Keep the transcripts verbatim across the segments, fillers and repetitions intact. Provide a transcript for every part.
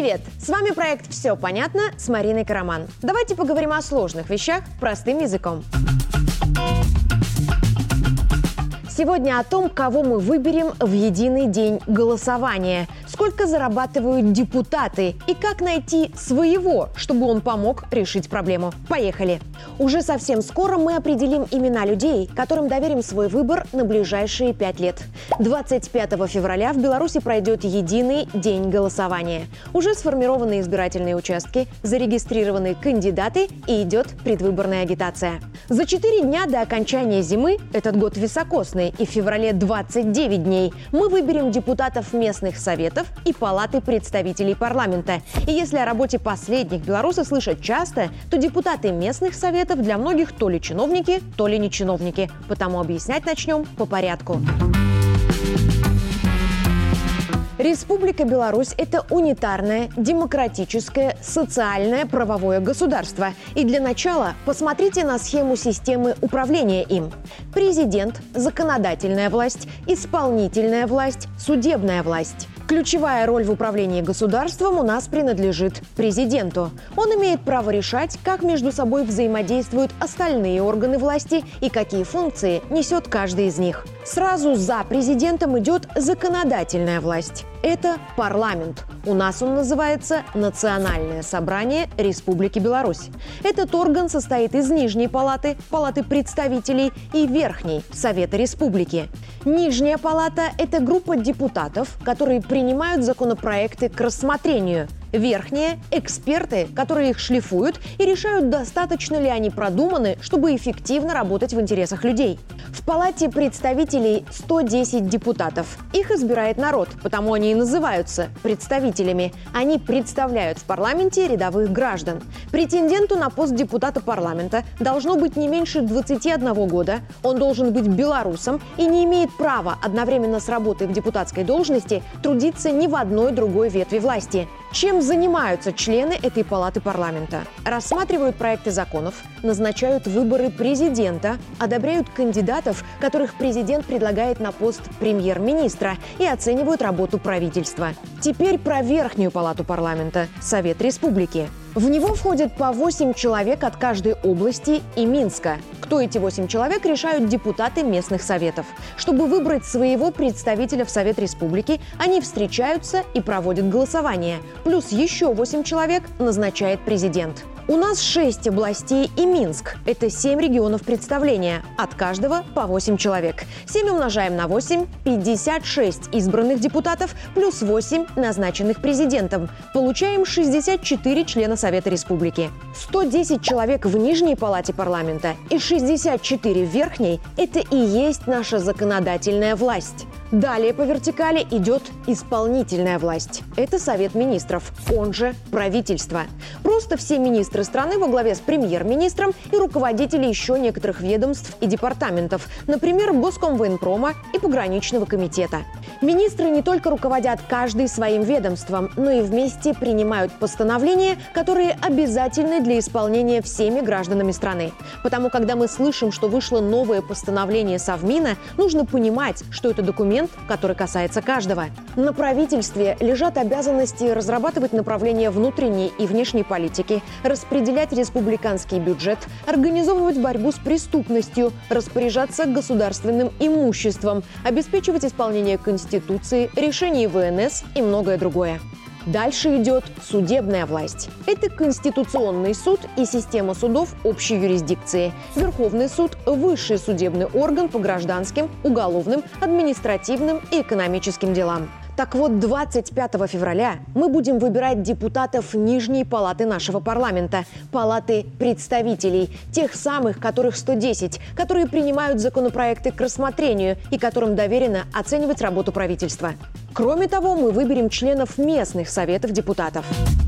Привет! С вами проект «Все понятно» с Мариной Караман. Давайте поговорим о сложных вещах простым языком. Сегодня о том, кого мы выберем в единый день голосования, сколько зарабатывают депутаты и как найти своего, чтобы он помог решить проблему. Поехали! Уже совсем скоро мы определим имена людей, которым доверим свой выбор на ближайшие пять лет. двадцать пятого февраля в Беларуси пройдет единый день голосования. Уже сформированы избирательные участки, зарегистрированы кандидаты и идет предвыборная агитация. За четыре дня до окончания зимы, этот год високосный, и в феврале двадцать девять дней, мы выберем депутатов местных советов и палаты представителей парламента. И если о работе последних белорусы слышат часто, то депутаты местных советов для многих то ли чиновники, то ли не чиновники. Потому объяснять начнем по порядку. Республика Беларусь – это унитарное, демократическое, социальное правовое государство. И для начала посмотрите на схему системы управления им. Президент, законодательная власть, исполнительная власть, судебная власть. Ключевая роль в управлении государством у нас принадлежит президенту. Он имеет право решать, как между собой взаимодействуют остальные органы власти и какие функции несет каждый из них. Сразу за президентом идет законодательная власть. Это парламент. У нас он называется Национальное собрание Республики Беларусь. Этот орган состоит из Нижней палаты, Палаты представителей и Верхней Совета Республики. Нижняя палата – это группа депутатов, которые принимают законопроекты к рассмотрению. Верхние – эксперты, которые их шлифуют и решают, достаточно ли они продуманы, чтобы эффективно работать в интересах людей. В Палате представителей сто десять депутатов. Их избирает народ, потому они и называются представителями. Они представляют в парламенте рядовых граждан. Претенденту на пост депутата парламента должно быть не меньше двадцати одного года, он должен быть белорусом и не имеет права одновременно с работой в депутатской должности трудиться ни в одной другой ветви власти. Чем занимаются члены этой палаты парламента? Рассматривают проекты законов, назначают выборы президента, одобряют кандидатов, которых президент предлагает на пост премьер-министра, и оценивают работу правительства. Теперь про Верхнюю палату парламента – Совет Республики. В него входят по восемь человек от каждой области и Минска. Кто эти восемь человек, решают депутаты местных советов. Чтобы выбрать своего представителя в Совет Республики, они встречаются и проводят голосование. Плюс еще восемь человек назначает президент. У нас шесть областей и Минск. Это семь регионов представления. От каждого по восемь человек. семь умножаем на восемь – пятьдесят шесть избранных депутатов плюс восемь назначенных президентом. Получаем шестьдесят четыре члена Совета Республики. сто десять человек в Нижней палате парламента и шестьдесят четыре в Верхней – это и есть наша законодательная власть. Далее по вертикали идет исполнительная власть. Это Совет министров, он же правительство. Просто все министры страны во главе с премьер-министром и руководители еще некоторых ведомств и департаментов, например, Госкомвоенпрома и Пограничного комитета. Министры не только руководят каждый своим ведомством, но и вместе принимают постановления, которые обязательны для исполнения всеми гражданами страны. Потому когда мы слышим, что вышло новое постановление Совмина, нужно понимать, что это документ, который касается каждого. На правительстве лежат обязанности разрабатывать направления внутренней и внешней политики, распределять республиканский бюджет, организовывать борьбу с преступностью, распоряжаться государственным имуществом, обеспечивать исполнение Конституции, решений вэ эн эс и многое другое. Дальше идет судебная власть. Это Конституционный суд и система судов общей юрисдикции. Верховный суд – высший судебный орган по гражданским, уголовным, административным и экономическим делам. Так вот, двадцать пятого февраля мы будем выбирать депутатов Нижней палаты нашего парламента, палаты представителей, тех самых, которых сто десять, которые принимают законопроекты к рассмотрению и которым доверено оценивать работу правительства. Кроме того, мы выберем членов местных советов депутатов.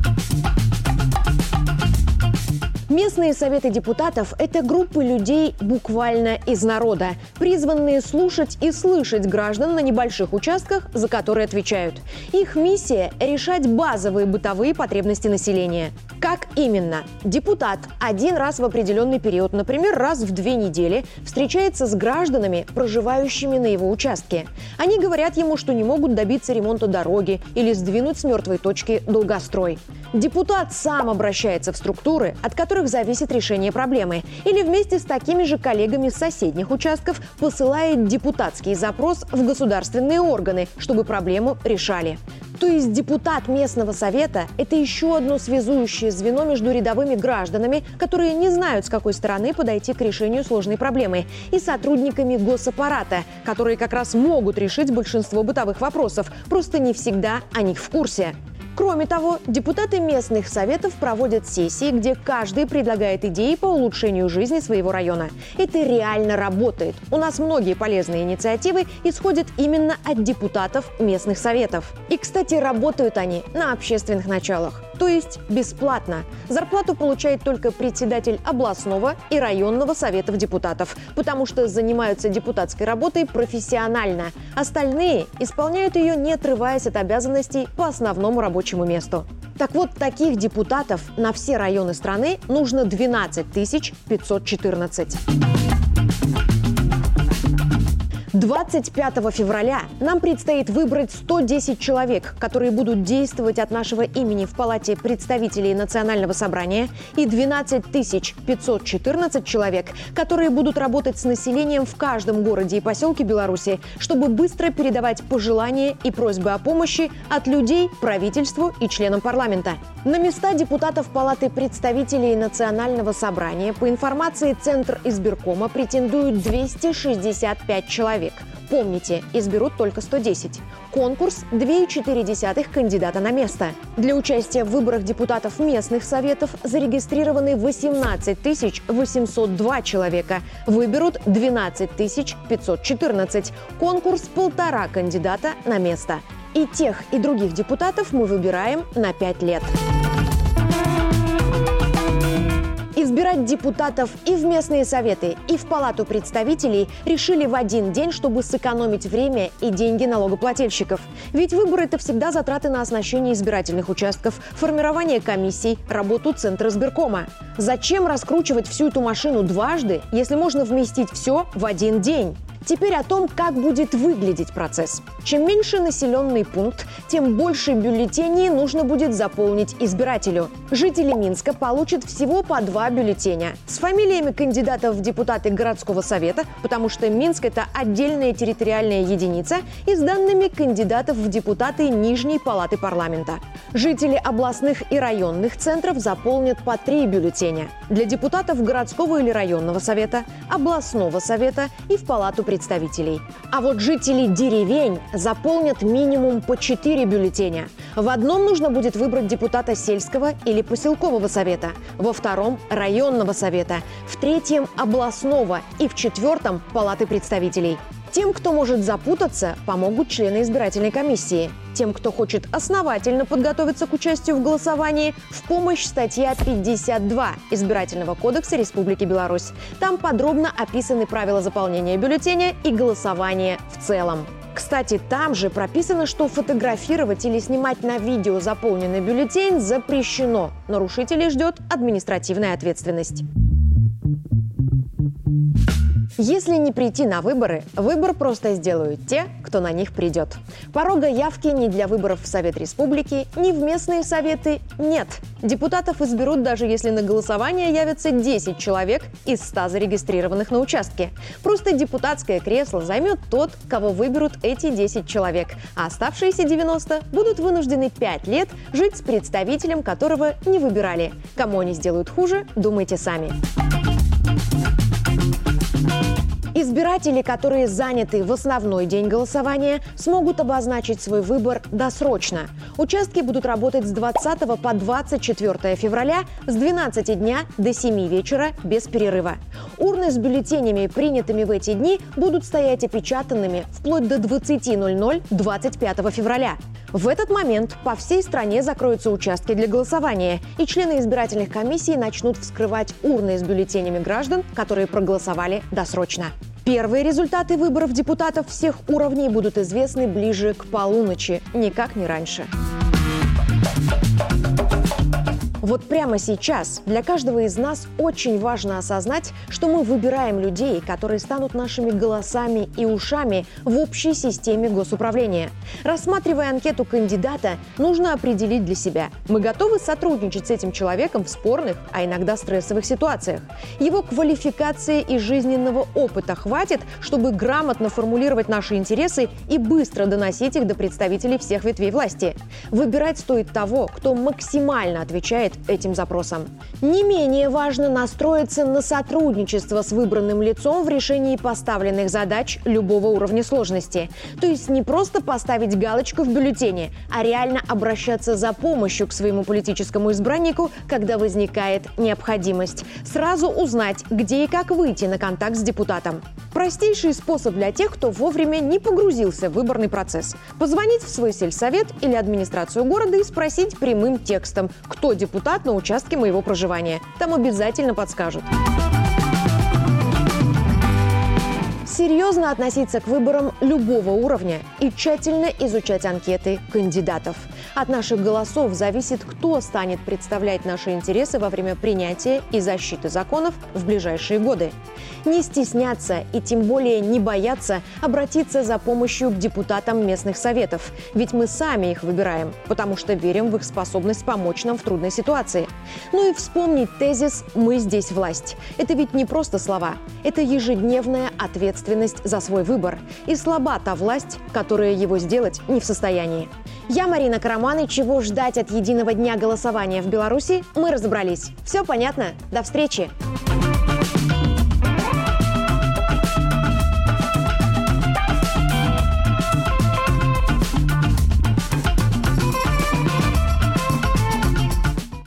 Местные советы депутатов – это группы людей буквально из народа, призванные слушать и слышать граждан на небольших участках, за которые отвечают. Их миссия – решать базовые бытовые потребности населения. Как именно? Депутат один раз в определенный период, например, раз в две недели, встречается с гражданами, проживающими на его участке. Они говорят ему, что не могут добиться ремонта дороги или сдвинуть с мертвой точки долгострой. Депутат сам обращается в структуры, от которых зависит решение проблемы, или вместе с такими же коллегами с соседних участков посылает депутатский запрос в государственные органы, чтобы проблему решали. То есть депутат местного совета – это еще одно связующее звено между рядовыми гражданами, которые не знают, с какой стороны подойти к решению сложной проблемы, и сотрудниками госаппарата, которые как раз могут решить большинство бытовых вопросов, просто не всегда о них в курсе. Кроме того, депутаты местных советов проводят сессии, где каждый предлагает идеи по улучшению жизни своего района. Это реально работает. У нас многие полезные инициативы исходят именно от депутатов местных советов. И, кстати, работают они на общественных началах, то есть бесплатно. Зарплату получает только председатель областного и районного советов депутатов, потому что занимаются депутатской работой профессионально. Остальные исполняют ее, не отрываясь от обязанностей по основному рабочему месту. Так вот, таких депутатов на все районы страны нужно двенадцать тысяч пятьсот четырнадцать. двадцать пятого февраля нам предстоит выбрать сто десять человек, которые будут действовать от нашего имени в Палате представителей Национального собрания, и двенадцать тысяч пятьсот четырнадцать человек, которые будут работать с населением в каждом городе и поселке Беларуси, чтобы быстро передавать пожелания и просьбы о помощи от людей правительству и членам парламента. На места депутатов Палаты представителей Национального собрания по информации Центр избиркома претендуют двести шестьдесят пять человек. Помните, изберут только сто десять. Конкурс – две целых четыре десятых кандидата на место. Для участия в выборах депутатов местных советов зарегистрированы восемнадцать тысяч восемьсот два человека. Выберут двенадцать тысяч пятьсот четырнадцать. Конкурс – полтора кандидата на место. И тех, и других депутатов мы выбираем на пять лет. Избирать депутатов и в местные советы, и в Палату представителей решили в один день, чтобы сэкономить время и деньги налогоплательщиков. Ведь выборы – это всегда затраты на оснащение избирательных участков, формирование комиссий, работу Центра избиркома. Зачем раскручивать всю эту машину дважды, если можно вместить все в один день? Теперь о том, как будет выглядеть процесс. Чем меньше населенный пункт, тем больше бюллетеней нужно будет заполнить избирателю. Жители Минска получат всего по два бюллетеня с фамилиями кандидатов в депутаты городского совета, потому что Минск – это отдельная территориальная единица, и с данными кандидатов в депутаты Нижней палаты парламента. Жители областных и районных центров заполнят по три бюллетеня. Для депутатов городского или районного совета, областного совета и в Палату представителей. представителей. А вот жители деревень заполнят минимум по четыре бюллетеня. В одном нужно будет выбрать депутата сельского или поселкового совета, во втором – районного совета, в третьем – областного и в четвертом – Палаты представителей. Тем, кто может запутаться, помогут члены избирательной комиссии. Тем, кто хочет основательно подготовиться к участию в голосовании, в помощь статья пятьдесят два Избирательного кодекса Республики Беларусь. Там подробно описаны правила заполнения бюллетеня и голосования в целом. Кстати, там же прописано, что фотографировать или снимать на видео заполненный бюллетень запрещено. Нарушителей ждет административная ответственность. Если не прийти на выборы, выбор просто сделают те, кто на них придет. Порога явки ни для выборов в Совет Республики, ни в местные советы нет. Депутатов изберут, даже если на голосование явятся десять человек из ста зарегистрированных на участке. Просто депутатское кресло займет тот, кого выберут эти десять человек, а оставшиеся девяносто будут вынуждены пять лет жить с представителем, которого не выбирали. Кому они сделают хуже, думайте сами. Избиратели, которые заняты в основной день голосования, смогут обозначить свой выбор досрочно. Участки будут работать с двадцатого по двадцать четвёртое февраля с двенадцати дня до семи вечера без перерыва. Урны с бюллетенями, принятыми в эти дни, будут стоять опечатанными вплоть до двадцати ноль-ноль двадцать пятого февраля. В этот момент по всей стране закроются участки для голосования, и члены избирательных комиссий начнут вскрывать урны с бюллетенями граждан, которые проголосовали досрочно. Первые результаты выборов депутатов всех уровней будут известны ближе к полуночи, никак не раньше. Вот прямо сейчас для каждого из нас очень важно осознать, что мы выбираем людей, которые станут нашими голосами и ушами в общей системе госуправления. Рассматривая анкету кандидата, нужно определить для себя, мы готовы сотрудничать с этим человеком в спорных, а иногда стрессовых ситуациях. Его квалификации и жизненного опыта хватит, чтобы грамотно формулировать наши интересы и быстро доносить их до представителей всех ветвей власти. Выбирать стоит того, кто максимально отвечает этим запросам. Не менее важно настроиться на сотрудничество с выбранным лицом в решении поставленных задач любого уровня сложности. То есть не просто поставить галочку в бюллетене, а реально обращаться за помощью к своему политическому избраннику, когда возникает необходимость. Сразу узнать, где и как выйти на контакт с депутатом. Простейший способ для тех, кто вовремя не погрузился в выборный процесс. Позвонить в свой сельсовет или администрацию города и спросить прямым текстом, кто депутат на участке моего проживания. Там обязательно подскажут. Серьезно относиться к выборам любого уровня и тщательно изучать анкеты кандидатов. От наших голосов зависит, кто станет представлять наши интересы во время принятия и защиты законов в ближайшие годы. Не стесняться и тем более не бояться обратиться за помощью к депутатам местных советов. Ведь мы сами их выбираем, потому что верим в их способность помочь нам в трудной ситуации. Ну и вспомнить тезис «Мы здесь власть». Это ведь не просто слова. Это ежедневная ответственность за свой выбор. И слаба та власть, которая его сделать не в состоянии. Я Марина Караман, и чего ждать от единого дня голосования в Беларуси, мы разобрались. Все понятно? До встречи!